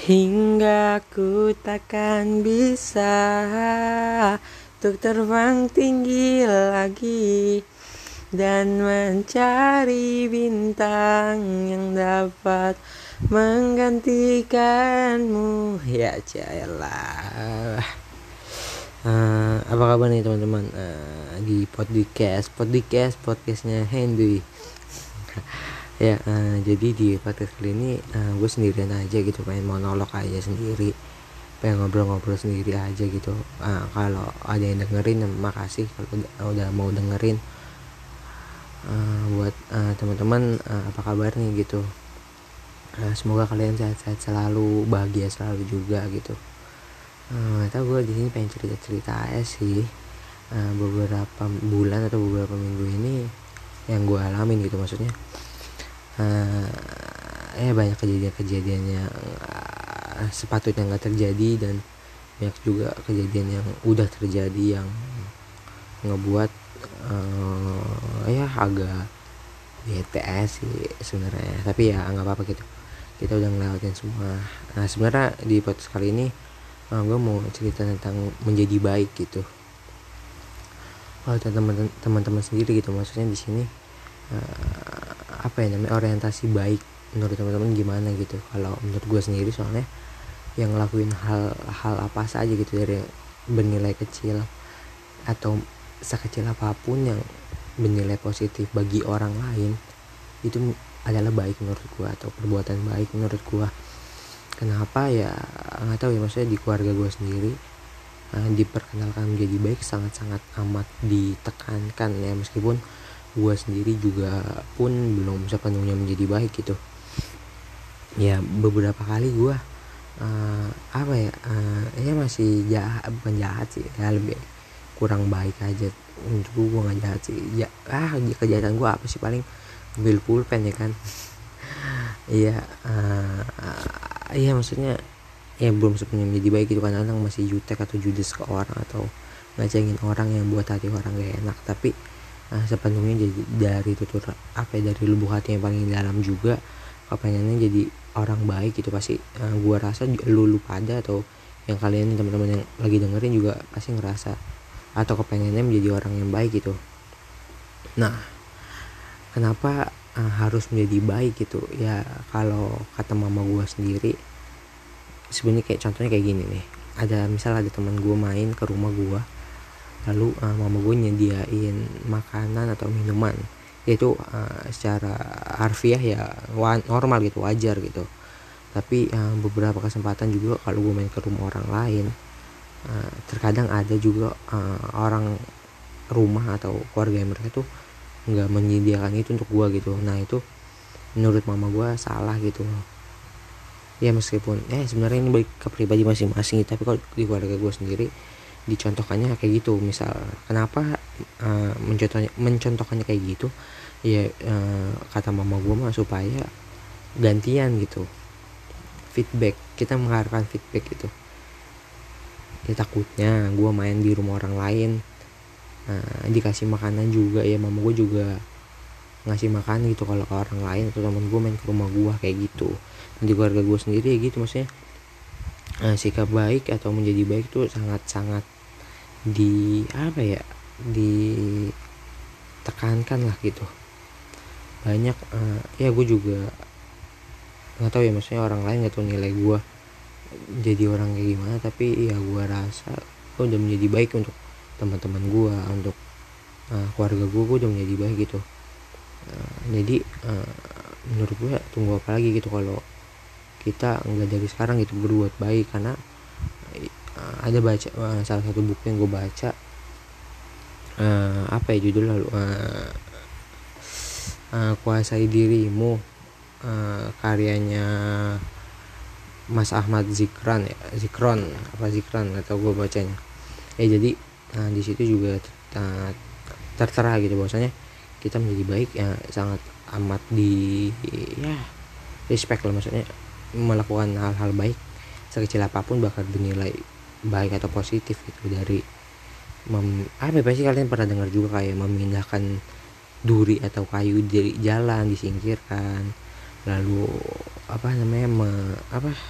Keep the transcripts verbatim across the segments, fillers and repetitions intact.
Hingga ku takkan bisa untuk terbang tinggi lagi dan mencari bintang yang dapat menggantikanmu. Ya caelah. Uh, apa kabar nih teman-teman uh, di podcast podcast podcastnya Henry. Ya, uh, jadi di podcast kali ini uh, gue sendirian aja gitu, pengen monolog aja sendiri, pengen ngobrol-ngobrol sendiri aja gitu. Uh, kalau ada yang dengerin, makasih kalau udah, udah mau dengerin. Uh, buat uh, teman-teman, uh, apa kabar nih gitu. Uh, semoga kalian sehat-sehat selalu, bahagia selalu juga gitu. Uh, tau gue di sini pengen cerita-cerita aja sih. Uh, beberapa bulan atau beberapa minggu ini yang gue alamin gitu, maksudnya. Uh, ya banyak kejadian-kejadian yang uh, sepatutnya nggak terjadi, dan banyak juga kejadian yang udah terjadi yang ngebuat uh, ya agak bete sih sebenarnya, tapi ya nggak apa-apa gitu, kita udah ngelewatin semua. Nah sebenarnya di podcast kali ini uh, gue mau cerita tentang menjadi baik gitu. Oh, teman-teman teman-teman sendiri gitu, maksudnya di sini uh, apa ya namanya orientasi baik menurut teman-teman gimana gitu. Kalau menurut gue sendiri, soalnya yang ngelakuin hal-hal apa saja gitu, dari bernilai kecil atau sekecil apapun yang bernilai positif bagi orang lain, itu adalah baik menurut gue, atau perbuatan baik menurut gue. Kenapa ya nggak tahu ya, maksudnya di keluarga gue sendiri uh, diperkenalkan menjadi baik sangat-sangat amat ditekankan ya, meskipun gue sendiri juga pun belum sepenuhnya menjadi baik gitu. Ya beberapa kali gue uh, apa ya uh, ya masih jahat, bukan jahat sih ya, lebih kurang baik aja. Untuk gue nggak jahat sih ya, ah kejahatan gue apa sih, paling ambil pulpen ya kan. Iya uh, uh, iya maksudnya ya belum sepenuhnya menjadi baik gitu. Kadang-kadang masih jutek atau judes ke orang, atau ngacengin orang yang buat hati orang gak enak. Tapi nah, sepenuhnya jadi dari tutur apa ya, dari lubuk hati yang paling dalam juga kepengennya jadi orang baik gitu. Pasti uh, gue rasa lu, lu pada atau yang kalian teman-teman yang lagi dengerin juga pasti ngerasa atau kepengennya menjadi orang yang baik gitu. Nah kenapa uh, harus menjadi baik gitu ya? Kalau kata mama gue sendiri, sebenarnya kayak contohnya kayak gini nih. Ada misal ada teman gue main ke rumah gue, lalu uh, mama gue nyediain makanan atau minuman, itu uh, secara harfiah ya normal gitu, wajar gitu. Tapi uh, beberapa kesempatan juga kalau gue main ke rumah orang lain, uh, terkadang ada juga uh, orang rumah atau keluarga yang mereka tuh nggak menyediakan itu untuk gue gitu. Nah itu menurut mama gue salah gitu. Ya meskipun eh sebenarnya ini balik ke pribadi masing-masing, tapi kalau di keluarga gue sendiri dicontohkannya kayak gitu. Misal kenapa uh, mencontohnya mencontohkannya kayak gitu ya, uh, kata mama gue mah supaya gantian gitu, feedback, kita mengharapkan feedback gitu ya. Takutnya gue main di rumah orang lain uh, dikasih makanan juga ya, mama gue juga ngasih makan gitu kalau ke orang lain, atau temen gue main ke rumah gue kayak gitu. Dan di keluarga gue sendiri ya gitu, maksudnya uh, sikap baik atau menjadi baik tuh sangat-sangat di apa ya, ditekankan lah gitu. Banyak uh, ya gue juga nggak tahu ya, maksudnya orang lain nggak tahu nilai gue jadi orang kayak gimana, tapi ya gue rasa gue udah menjadi baik untuk teman-teman gue, untuk uh, keluarga gue, gue udah menjadi baik gitu. Uh, jadi uh, menurut gue tunggu apa lagi gitu kalau kita nggak dari sekarang gitu berbuat baik. Karena uh, ada baca uh, salah satu buku yang gue baca, uh, apa ya judul lalu uh, uh, kuasai dirimu, uh, karyanya Mas Ahmad Zikran ya, Zikron apa Zikran atau gue bacanya ya. Jadi uh, di situ juga uh, tertera gitu bahwasanya kita menjadi baik ya sangat amat di ya respect lah, maksudnya melakukan hal-hal baik sekecil apapun bakal dinilai baik atau positif gitu. Dari mem, apa pasti kalian pernah dengar juga kayak memindahkan duri atau kayu dari jalan, disingkirkan, lalu apa namanya me, apa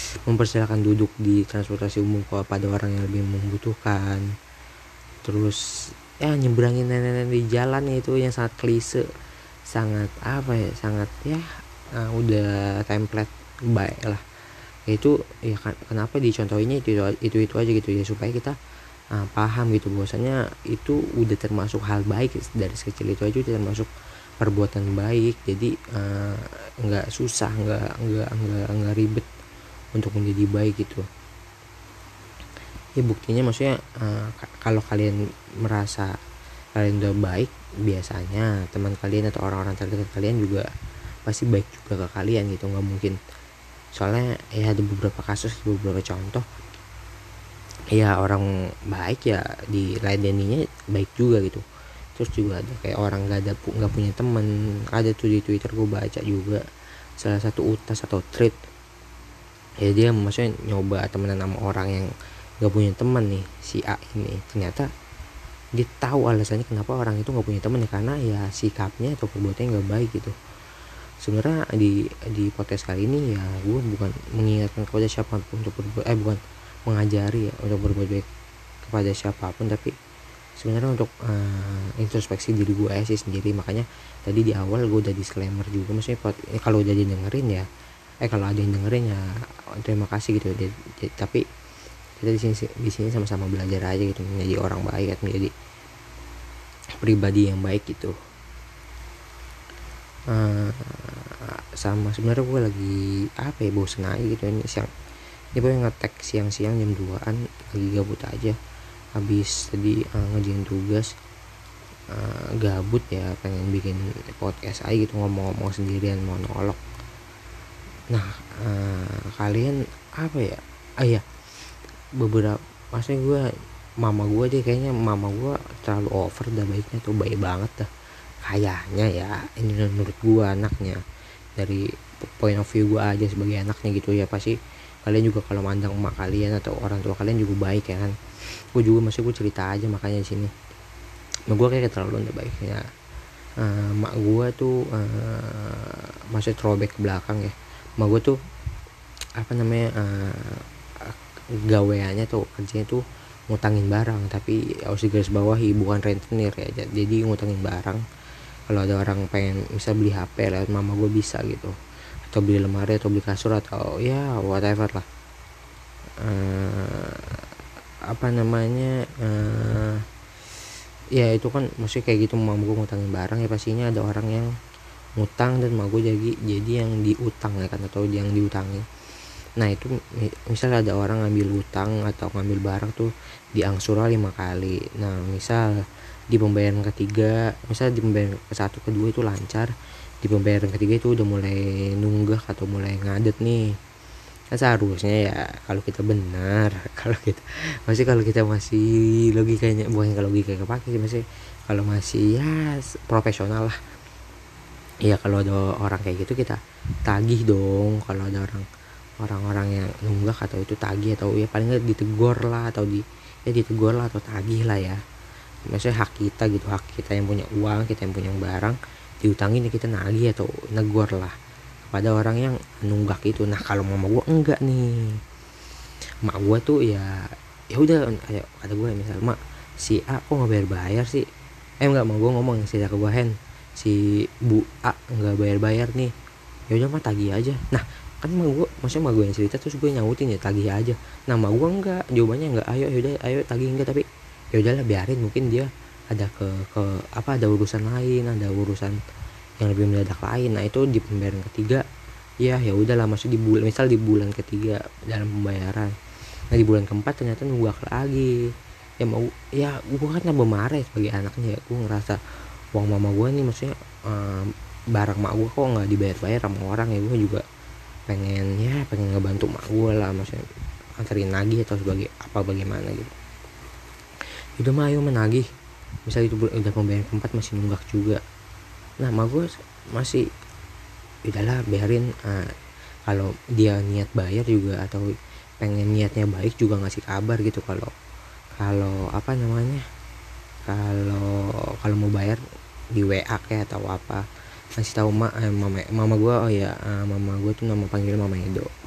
mempersilahkan duduk di transportasi umum kepada orang yang lebih membutuhkan. Terus ya nyebrangin nenek-nenek di jalan itu yang sangat klise, sangat apa ya, sangat ya uh, udah template baik lah. Itu ya kan, kenapa dicontohinnya itu itu itu aja gitu ya, supaya kita uh, paham gitu bahwasanya itu udah termasuk hal baik dari sekecil itu aja udah termasuk perbuatan baik. Jadi uh, nggak susah, nggak nggak nggak nggak ribet untuk menjadi baik gitu ya. Buktinya maksudnya uh, k- kalau kalian merasa kalian udah baik, biasanya teman kalian atau orang-orang terdekat kalian juga pasti baik juga ke kalian gitu. Nggak mungkin, soalnya ya ada beberapa kasus, beberapa contoh ya orang baik ya diladeninya baik juga gitu. Terus juga ada kayak orang nggak ada nggak punya teman, ada tuh di Twitter gue baca juga salah satu utas atau treat ya, dia maksudnya nyoba temenan sama orang yang nggak punya teman nih, si A ini. Ternyata dia tahu alasannya kenapa orang itu nggak punya teman ya, karena ya sikapnya atau perbuatannya nggak baik gitu. Sebenarnya di di podcast kali ini ya gue bukan mengingatkan kepada siapapun untuk berbuat eh bukan mengajari ya untuk berbuat baik kepada siapapun, tapi sebenarnya untuk uh, introspeksi diri gue sih sendiri. Makanya tadi di awal gue udah disclaimer juga, maksudnya eh, kalau udah didengerin ya eh kalau ada yang dengerin ya terima kasih gitu. Jadi, jadi, tapi kita di sini di sini sama-sama belajar aja gitu, menjadi orang baik atau menjadi pribadi yang baik gitu. Uh, sama sebenarnya gue lagi apa ya, bosen aja gitu ini siang. Ini gue ngetek siang-siang jam duaan, lagi gabut aja. Habis tadi uh, ngerjain tugas, uh, gabut ya, pengen bikin podcast aja gitu, ngomong-ngomong sendirian, monolog. Nah uh, kalian apa ya, ah ya beberapa maksudnya gue mama gue deh, kayaknya mama gue terlalu over dah baiknya tuh, baik banget dah kayaknya ya. Ini menurut gue anaknya, dari point of view gue aja sebagai anaknya gitu ya. Pasti kalian juga kalau mandang emak kalian atau orang tua kalian juga baik ya kan. Gue juga masih gue cerita aja makanya di sini. Emak gue kayak terlalu udah baiknya. Uh, emak gue tuh uh, masih throwback ke belakang ya. Emak gue tuh apa namanya uh, gaweannya tuh, kerjanya tuh ngutangin barang, tapi harus digaris bawahi bukan rentenir ya. Jadi ngutangin barang, kalau ada orang pengen bisa beli H P lewat mama gue bisa gitu, atau beli lemari atau beli kasur atau ya whatever lah. Uh, apa namanya uh, ya itu kan maksudnya kayak gitu, mama gue ngutangin barang ya pastinya ada orang yang ngutang dan mama gue jadi jadi yang diutang ya kan, atau yang diutangi. Nah itu misal ada orang ngambil utang atau ngambil barang tuh diangsur lima kali. Nah misal di pembayaran ketiga, misal di pembayaran ke satu kedua itu lancar, di pembayaran ketiga itu udah mulai nunggak atau mulai ngadet nih. Kan seharusnya ya kalau kita benar, kalau kita masih kalau kita masih logikanya, bukan kalau logika kepake sih, masih kalau masih ya profesional lah. Ya kalau ada orang kayak gitu kita tagih dong. Kalau ada orang orang-orang yang nunggak atau itu tagih, atau ya paling nggak ditegur lah, atau di ya ditegur lah atau tagih lah ya. Maksudnya hak kita gitu, hak kita yang punya uang, kita yang punya barang diutangin ya kita nagih atau negor lah kepada orang yang nunggak itu. Nah kalau mama gue enggak nih, mak gue tuh ya ya udah kayak kata gue misal, mak si A kok nggak bayar bayar sih, eh enggak, mak gue ngomong sih ke gue, Hen si Bu A nggak bayar bayar nih, ya udah mah tagih aja. Nah kan mah gue maksudnya mah gue yang cerita terus gue nyautin ya tagih aja. Nah mah gue enggak, jawabannya enggak, ayo yaudah ayo tagih enggak, tapi ya udahlah biarin, mungkin dia ada ke ke apa ada urusan lain, ada urusan yang lebih mendadak lain. Nah itu di pembayaran ketiga ya ya udahlah, maksud di bulan misal di bulan ketiga dalam pembayaran. Nah di bulan keempat ternyata nunggak lagi, ya mau ya gue kan nambah marah sebagai anaknya ya. Gue ngerasa uang mama gue nih maksudnya um, barang mak gue kok nggak dibayar-bayar sama orang ya. Gue juga pengen ya pengen ngebantu mak gue lah, maksudnya anterin nagih atau sebagai apa bagaimana gitu. Udah mah ayo menagih, misal itu udah pembayaran keempat masih nunggak juga. Nah mak gue masih udahlah biarin, uh, kalau dia niat bayar juga atau pengen niatnya baik juga ngasih kabar gitu, kalau kalau apa namanya kalau kalau mau bayar di W A kayak atau apa, kasih tahu mak eh, mama mama gue. Oh ya uh, mama gue tuh nama panggil mama Edo.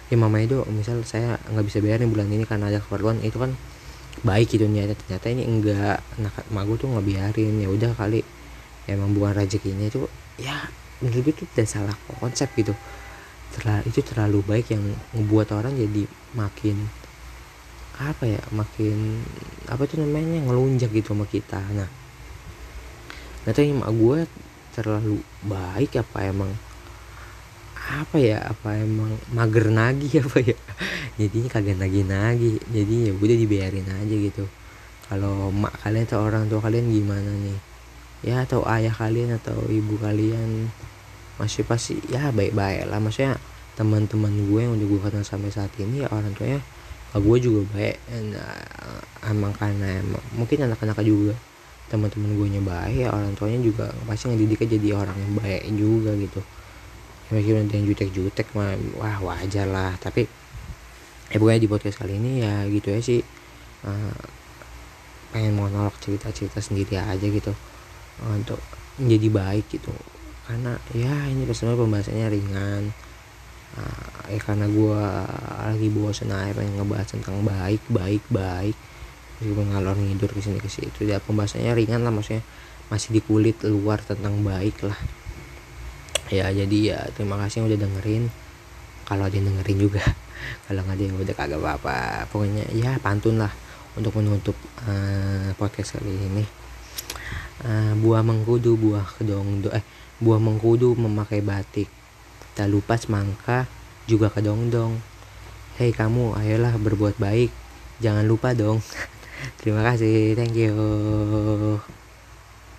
ya Mama Edo misal saya nggak bisa bayar nih bulan ini karena ada keperluan, itu kan baik gitu niatnya, ternyata ini enggak. Nah emak gue tuh nggak biarin, ya udah kali emang bukan rezekinya itu. Ya menurut gue itu udah salah konsep gitu. Terlalu, itu terlalu baik yang membuat orang jadi makin apa ya, makin apa tuh namanya, ngelunjak gitu sama kita. Nah nggak tahu emak gue terlalu baik apa emang apa ya, apa emang mager nagih apa ya, jadinya kagak nagih-nagih, jadi ya udah dibiarin aja gitu. Kalau mak kalian atau orang tua kalian gimana nih ya, atau ayah kalian atau ibu kalian, masih pasti ya baik-baik lah. Maksudnya teman-teman gue yang udah gue kenal sampai saat ini ya orang tuanya ke gue juga baik. Nah, emang karena emang mungkin anak-anak juga teman-teman gue nya baik ya, orang tuanya juga pasti ngedidiknya jadi orang yang baik juga gitu. Meskipun ada yang jutek-jutek mah wah wajar lah. Tapi ya pokoknya di podcast kali ini ya gitu ya sih, uh, pengen monolog cerita-cerita sendiri aja gitu, uh, untuk menjadi baik gitu. Karena ya ini sebenarnya pembahasannya ringan, uh, ya karena gue lagi bosan aja pengen ngebahas tentang baik baik baik meskipun ngalor ngidur kesini ke situ. Ya pembahasannya ringan lah, maksudnya masih di kulit luar tentang baik lah ya. Jadi ya terima kasih yang udah dengerin, kalau ada yang dengerin juga kalau nggak ada yang udah kagak apa-apa. Pokoknya ya pantun lah untuk menutup uh, podcast kali ini. uh, buah mengkudu buah kedongdong eh buah mengkudu memakai batik, tak lupa semangka juga kedongdong. Hei kamu, ayolah berbuat baik, jangan lupa dong. Terima kasih, thank you.